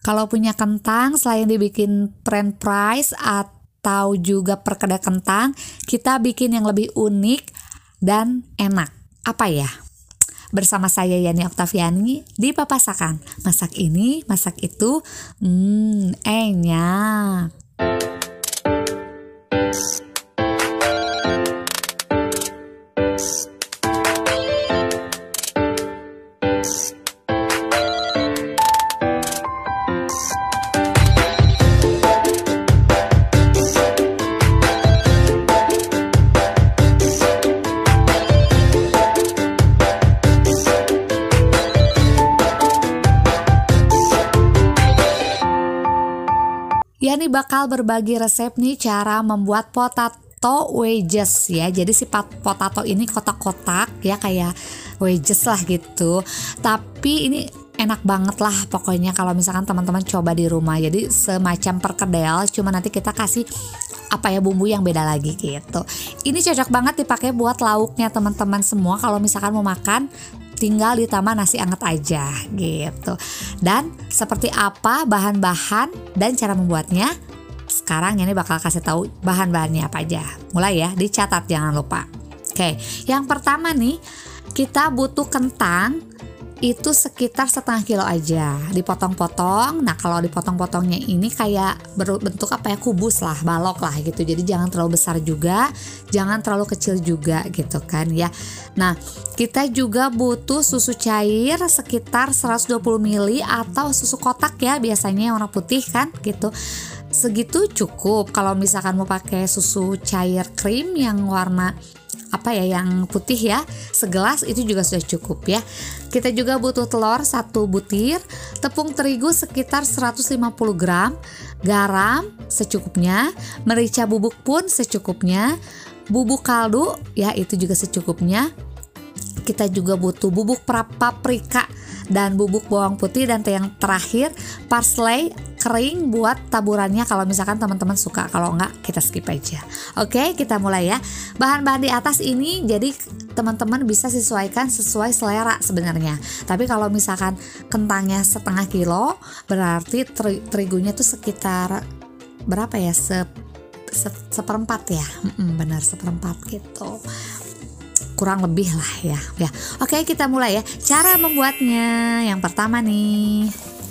Kalau punya kentang, selain dibikin french fries atau juga perkedel kentang, kita bikin yang lebih unik dan enak. Apa ya? Bersama saya Yani Oktaviani di Papasakan. Masak ini, masak itu, enak. Yani bakal berbagi resep nih cara membuat potato wedges ya. Jadi si potato ini kotak-kotak ya, kayak wedges lah gitu. Tapi ini enak banget lah pokoknya kalau misalkan teman-teman coba di rumah. Jadi semacam perkedel, cuma nanti kita kasih bumbu yang beda lagi gitu. Ini cocok banget dipakai buat lauknya teman-teman semua. Kalau misalkan mau makan, tinggal ditambah nasi anget aja gitu. Dan seperti apa bahan-bahan dan cara membuatnya, sekarang ini bakal kasih tahu bahan-bahannya apa aja. Mulai ya, dicatat jangan lupa. Oke, yang pertama nih, kita butuh kentang itu sekitar setengah kilo aja, dipotong-potong. Nah kalau dipotong-potongnya ini kayak berbentuk kubus lah, balok lah gitu. Jadi jangan terlalu besar juga, jangan terlalu kecil juga gitu kan ya. Nah kita juga butuh susu cair sekitar 120 ml atau susu kotak ya, biasanya yang warna putih kan gitu. Segitu cukup. Kalau misalkan mau pakai susu cair krim yang warna yang putih ya, segelas itu juga sudah cukup ya. Kita juga butuh telur 1 butir, tepung terigu sekitar 150 gram, garam secukupnya, merica bubuk pun secukupnya, bubuk kaldu ya itu juga secukupnya. Kita juga butuh bubuk paprika dan bubuk bawang putih, dan yang terakhir parsley kering buat taburannya kalau misalkan teman-teman suka. Kalau enggak kita skip aja. Oke, kita mulai ya. Bahan-bahan di atas ini jadi teman-teman bisa sesuaikan sesuai selera sebenarnya. Tapi kalau misalkan kentangnya setengah kilo, berarti terigunya tuh sekitar berapa ya? Seperempat ya. Benar, seperempat gitu. Kurang lebih lah ya. Oke, kita mulai ya. Cara membuatnya, yang pertama nih,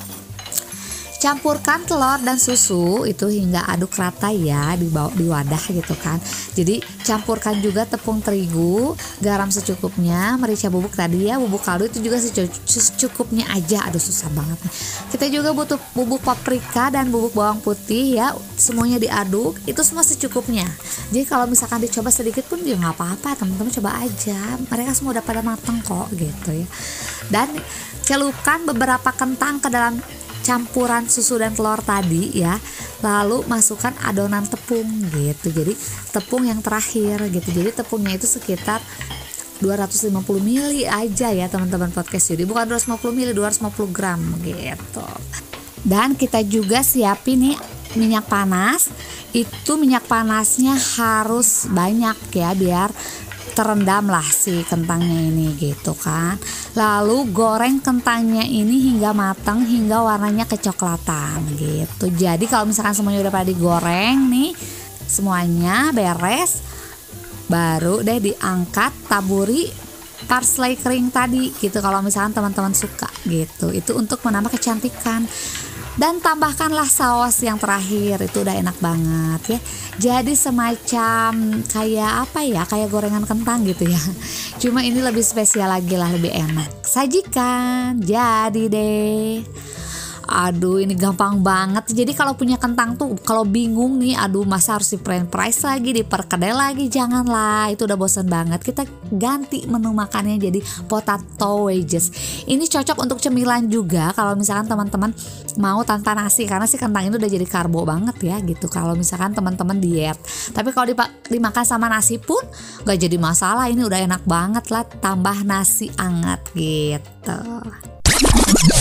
campurkan telur dan susu itu hingga aduk rata ya di wadah gitu kan. Jadi campurkan juga tepung terigu, garam secukupnya, merica bubuk tadi ya, bubuk kaldu itu juga secukupnya aja. Aduh susah banget nih. Kita juga butuh bubuk paprika dan bubuk bawang putih ya, semuanya diaduk, itu semua secukupnya. Jadi kalau misalkan dicoba sedikit pun ya nggak apa-apa, teman-teman coba aja. Mereka semua udah pada matang kok gitu ya. Dan celupkan beberapa kentang ke dalam campuran susu dan telur tadi ya, lalu masukkan adonan tepung gitu. Jadi tepung yang terakhir gitu. Jadi tepungnya itu sekitar 250 ml aja ya teman-teman podcast. Jadi bukan 250 ml, 250 gram gitu. Dan kita juga siapin nih minyak panas. Itu minyak panasnya harus banyak ya, biar terendam lah si kentangnya ini gitu kan. Lalu goreng kentangnya ini hingga matang, hingga warnanya kecoklatan gitu. Jadi kalau misalkan semuanya udah pada digoreng nih, semuanya beres, baru deh diangkat, taburi parsley kering tadi gitu kalau misalkan teman-teman suka gitu. Itu untuk menambah kecantikan. Dan tambahkanlah saus yang terakhir, itu udah enak banget ya. Jadi semacam kayak gorengan kentang gitu ya. Cuma ini lebih spesial lagi lah, lebih enak. Sajikan, jadi deh. Aduh ini gampang banget. Jadi kalau punya kentang tuh, kalau bingung nih, aduh masa harus di french fries lagi, di perkedel lagi, janganlah, itu udah bosan banget. Kita ganti menu makannya jadi potato wedges. Ini cocok untuk cemilan juga kalau misalkan teman-teman mau tanpa nasi, karena si kentang itu udah jadi karbo banget ya gitu kalau misalkan teman-teman diet. Tapi kalau dimakan sama nasi pun gak jadi masalah, ini udah enak banget lah, tambah nasi anget gitu.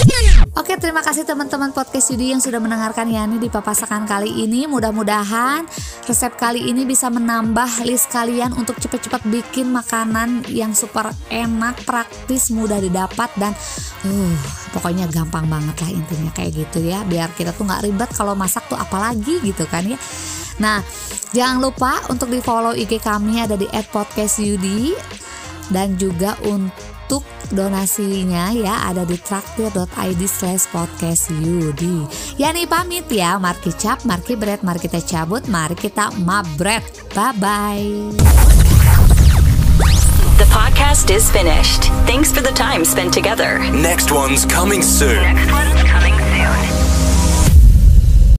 Oke, terima kasih teman-teman podcast Yudi yang sudah mendengarkan Yani di papasakan kali ini. Mudah-mudahan resep kali ini bisa menambah list kalian untuk cepat-cepat bikin makanan yang super enak, praktis, mudah didapat, dan pokoknya gampang banget lah intinya kayak gitu ya. Biar kita tuh gak ribet kalau masak tuh apalagi gitu kan ya. Nah, jangan lupa untuk di follow IG kami ada di @podcastyudi, dan juga untuk donasinya ya ada di traktir.id/podcastyudi. Yani pamit ya, mari kicap, mari bread, mari kita cabut, mari kita mabret. Bye bye. The podcast is finished. Thanks for the time spent together. Next one's coming soon. Next one's coming